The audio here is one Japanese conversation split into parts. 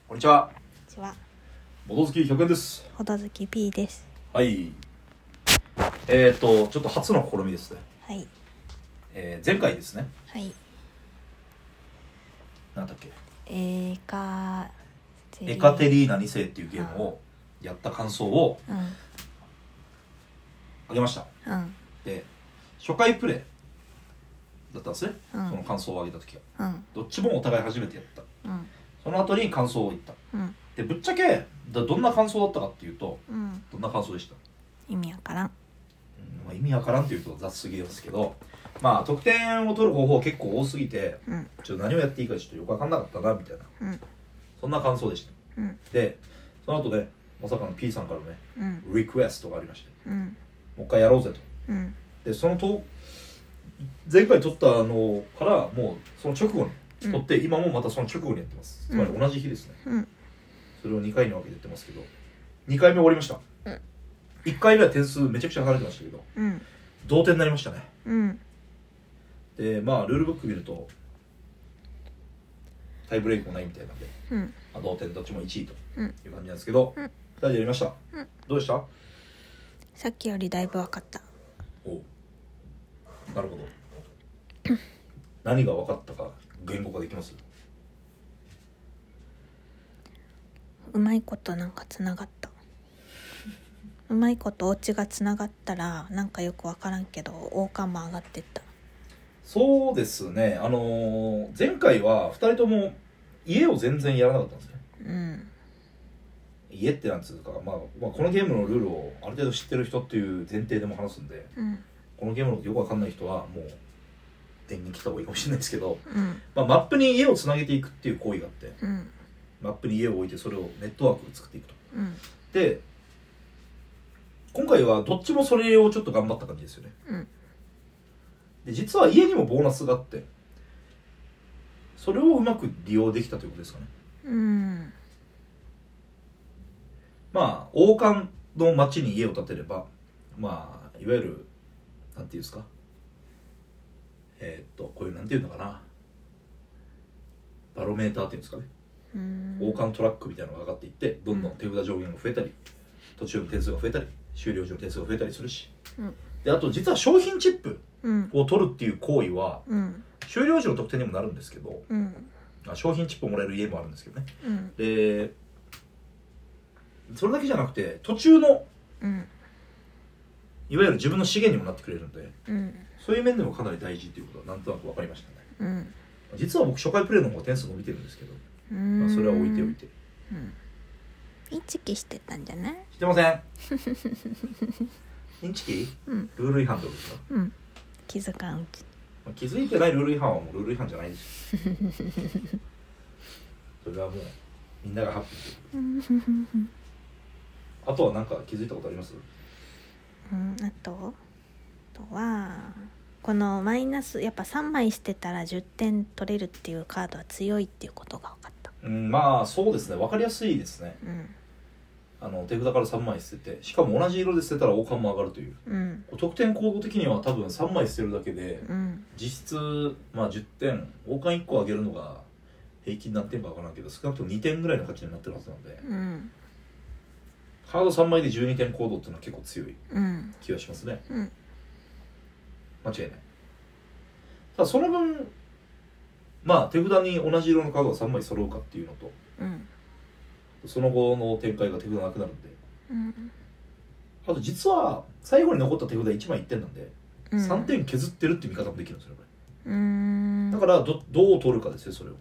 こんにちは。 こんにちは。 ボト好き100円です。 ほどずき P です。 はい。ちょっと初の試みですね。 はい。 前回ですね。 はい。 なんだっけ。 エカテリーナ2世っていうゲームをやった感想をあげました。で、初回プレイだったんですね。その感想をあげた時は。どっちもお互い初めてやった。その後に感想を言った。で、ぶっちゃけどんな感想だったかっていうと、どんな感想でした？ 意味わからん。 意味わからんっていうと雑すぎですけど、まあ得点を取る方法結構多すぎて、ちょっと何をやっていいかちょっとよくわかんなかったなみたいな、そんな感想でした。で、その後ね、まさかの P さんからね、リクエストがありまして、もう一回やろうぜと。で、その前回撮ったのからもうその直後に撮って、今もまたその直後にやってます。つまり同じ日ですね。それを2回に分けてやってますけど、2回目終わりました。1回目は点数めちゃくちゃ離れてましたけど、同点になりましたね。で、まあルールブック見るとタイブレイクもないみたいなんで、同点どっちも1位という感じなんですけど、2人でやりました。どうでした？ さっきよりだいぶ分かった。 おう、なるほど。何が分かったか言語化できます？ うまいことなんかつながった。うまいことお家がつながったらなんかよく分からんけど王冠も上がってった。 そうですね。前回は2人とも家を全然やらなかったんですね。家ってなんつうか、まあこのゲームのルールをある程度知ってる人っていう前提でも話すんで、このゲームのことよくわかんない人はもう電源切った方がいいかもしれないですけど、マップに家をつなげていくっていう行為があって、マップに家を置いてそれをネットワークを作っていくと。で、今回はどっちもそれをちょっと頑張った感じですよね。で、実は家にもボーナスがあって、それをうまく利用できたということですかね。まあ王冠の町に家を建てれば、まあいわゆるなんていうんですか、こういうなんていうのかな、バロメーターっていうんですかね、王冠トラックみたいなのが上がっていって、どんどん手札上限が増えたり、途中の点数が増えたり、終了時の点数が増えたりするし、で、あと実は商品チップを取るっていう行為は、終了時の得点にもなるんですけど、商品チップをもらえる家もあるんですけどね。で、それだけじゃなくて途中の、いわゆる自分の資源にもなってくれるんで、そういう面でもかなり大事ということはなんとなく分かりましたね。実は僕初回プレイの方が点数伸びてるんですけど、まあ、それは置いておいて、 インチキしてたんじゃない？ してません。インチキ？ルール違反ってことですか？ 気づかんうち。 気づいてないルール違反はもうルール違反じゃないですよ。それはもうみんながハッピーということで。あとは何か気づいたことあります？ あとはこのマイナスやっぱ3枚捨てたら10点取れるっていうカードは強いっていうことが分かった。 まあそうですね、分かりやすいですね。手札から3枚捨てて、しかも同じ色で捨てたら王冠も上がるという、得点行動的には多分3枚捨てるだけで、実質、まあ、10点、王冠1個上げるのが平均何点か分からんけど、少なくとも2点ぐらいの価値になってるはずなので、カード3枚で12点行動っていうのは結構強い気がしますね。間違いない。ただその分、まあ手札に同じ色のカードが3枚揃うかっていうのと、その後の展開が手札なくなるんで、あと実は最後に残った手札1枚1点なんで、3点削ってるって見方もできるんですよね、これ。だからどう取るかですよ、それを。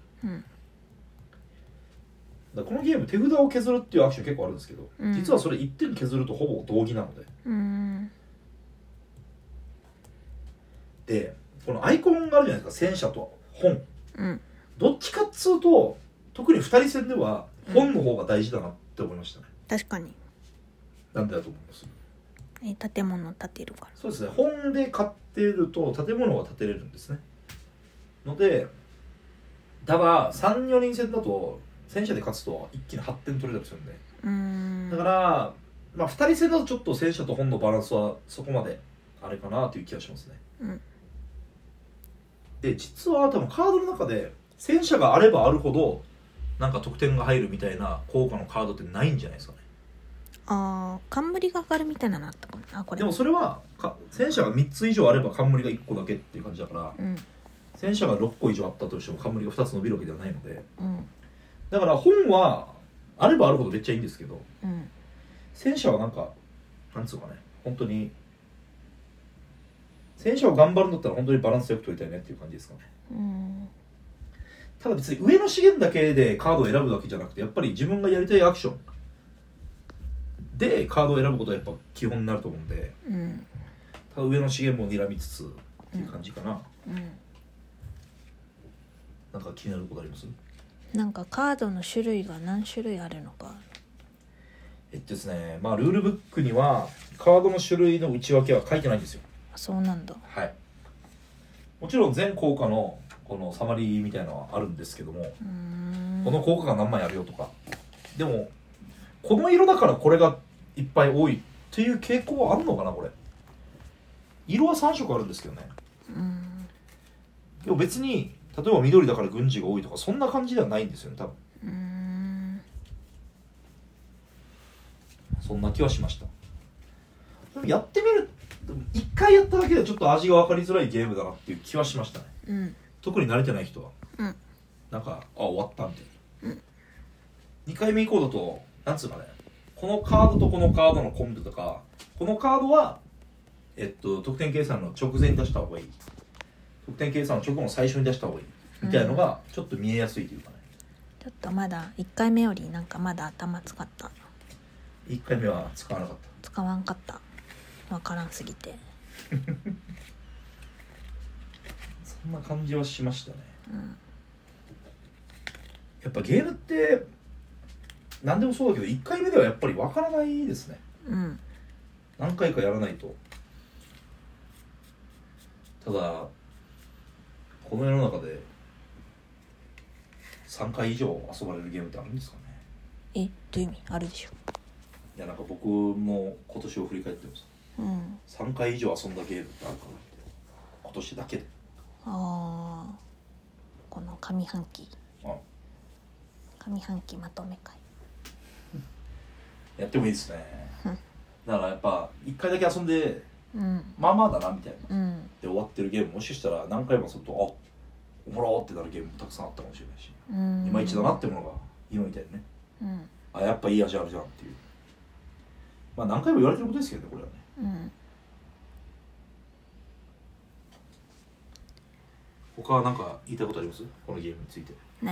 だこのゲーム手札を削るっていうアクション結構あるんですけど、実はそれ1点削るとほぼ同義なので、で、このアイコンがあるじゃないですか、戦車と本、どっちかっつうと特に2人戦では本の方が大事だなって思いましたね。 確かに。 なんでだと思います？ 建物建てるから。 そうですね、本で買ってると建物が建てれるんですね。ので、だが3、4人戦だと戦車で勝つと一気に8点取れたりするんで、だから、まあ、2人戦だとちょっと戦車と本のバランスはそこまであれかなという気がしますね。で、実は多分カードの中で戦車があればあるほどなんか得点が入るみたいな効果のカードってないんじゃないですかね。 ああ、冠が上がるみたいなのあったかもな。これでもそれは戦車が3つ以上あれば冠が1個だけっていう感じだから、戦車が6個以上あったとしても冠が2つ伸びるわけではないので、だから本はあればあるほどめっちゃいいんですけど、戦車はなんかなんつうかね、本当に戦車を頑張るんだったら本当にバランスよく取りたいねっていう感じですかね。ただ別に上の資源だけでカードを選ぶわけじゃなくて、やっぱり自分がやりたいアクションでカードを選ぶことはやっぱ基本になると思うんで、ただ上の資源も睨みつつっていう感じかな。なんか気になることあります？ なんかカードの種類が何種類あるのか。 ですね、まあルールブックにはカードの種類の内訳は書いてないんですよ。 そうなんだ。 はい。もちろん全効果のこのサマリーみたいなのはあるんですけども、この効果が何枚あるよとか、でもこの色だからこれがいっぱい多いっていう傾向はあるのかな。これ色は3色あるんですけどね。でも別に例えば緑だから軍事が多いとかそんな感じではないんですよね、多分。そんな気はしました。でもやってみる、一回やっただけでちょっと味が分かりづらいゲームだなっていう気はしましたね。特に慣れてない人は、なんか終わったみたいな。2回目以降だとなんつうかね、このカードとこのカードのコンビとか、このカードは得点計算の直前に出した方がいい、得点計算の直後の最初に出した方がいいみたいなのがちょっと見えやすいというかね。 ちょっとまだ1回目よりなんかまだ頭使った。 1回目は使わなかった。 使わんかった。分からんすぎてそんな感じはしましたね。やっぱゲームって何でもそうだけど1回目ではやっぱり分からないですね。何回かやらないと。ただこの世の中で3回以上遊ばれるゲームってあるんですかね。 どういう意味？あるでしょ。 いやなんか僕も今年を振り返ってもさ、3回以上遊んだゲームってあるかなって、今年だけで。 この上半期まとめ会やってもいいですね。だからやっぱ1回だけ遊んで、まあまあだなみたいな、で終わってるゲームもしかしたら何回もするとおもろーってなるゲームもたくさんあったかもしれないし、いまいちだなってものが今みたいにね、やっぱいい味あるじゃんっていう、まあ何回も言われてることですけどね、これはね。他は何か言いたいことあります？このゲームについて。 ない。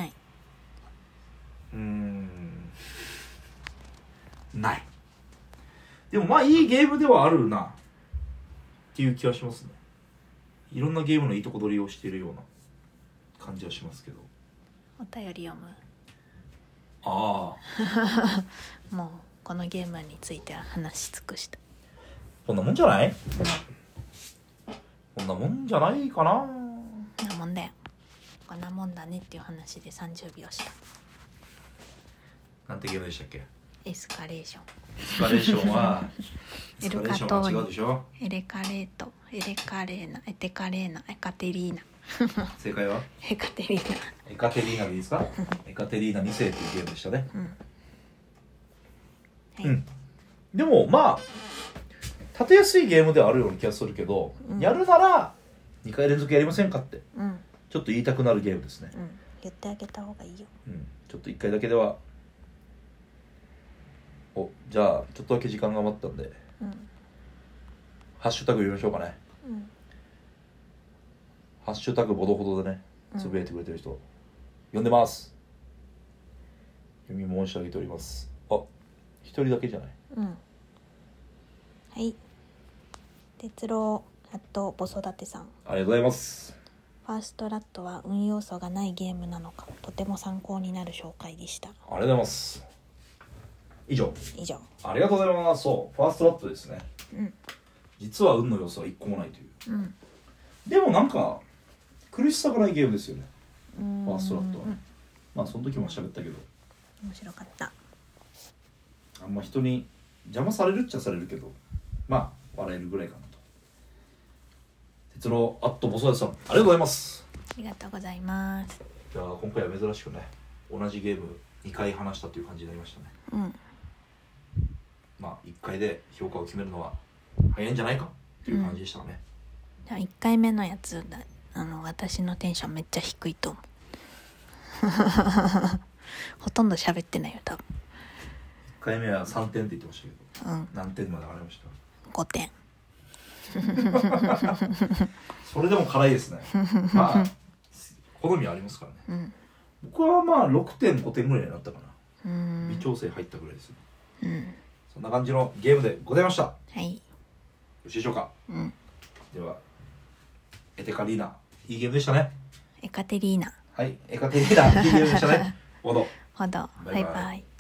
ない。でもまあいいゲームではあるなっていう気はしますね。いろんなゲームのいいとこ取りをしているような感じはしますけど。 お便り読む。 もうこのゲームについては話し尽くした。 こんなもんじゃない？こんなもんじゃないかな。 こんなもんだよ。こんなもんだねっていう話で30秒した。 なんてゲームでしたっけ？ エスカレーション。 エスカレーションはエルカト違うでしょ。 エレカレート、エレカレーナ、エテカレーナ、エカテリーナ。 正解はエカテリーナ。 エカテリーナでいいですか？エカテリーナ2世っていうゲームでしたね。でもまあ立てやすいゲームではあるような気がするけど、やるなら2回連続やりませんかって、ちょっと言いたくなるゲームですね。 言ってあげた方がいいよ。 ちょっと1回だけでは。じゃあちょっとだけ時間が余ったんで、ハッシュタグ読みましょうかね。ハッシュタグボドほどでね、つぶやいてくれてる人、読んでます。読み申し上げております。一人だけじゃない。 はい。哲郎子育てさん。 ありがとうございます。 ファーストラットは運要素がないゲームなのか、とても参考になる紹介でした。 ありがとうございます。以上。ありがとうございます。そう、ファーストラットですね。実は運の要素は一個もないという。でもなんか苦しさがないゲームですよね。ファーストラットは。まあその時も喋ったけど。 面白かった。 あんま人に邪魔されるっちゃされるけど、まあ笑えるぐらいかなと。哲郎子育てさん、ありがとうございます。 ありがとうございます。 じゃあ今回は珍しくね、 同じゲーム2回話したという感じになりましたね。 うん。 まあ1回で評価を決めるのは早いんじゃないかっていう感じでしたね。 じゃあ1回目のやつだ、私のテンションめっちゃ低いと思う。ほとんど喋ってないよ多分。 1回目は3点って言ってましたけど、 うん、 何点まで上がりました？ 5点。 それでも辛いですね。まあ好みはありますからね。 うん、 僕はまあ 6.5 点ぐらいになったかな。 微微調整入ったぐらいですね。 うん。 そんな感じのゲームでございました。よはい。 ろしいでしょうか。 うん。 ではエテカリーナ、いいゲームでしたね。 エカテリーナ。 はい、エカテリーナ、いいゲームでしたね。ほど。 ほど。バイバイ。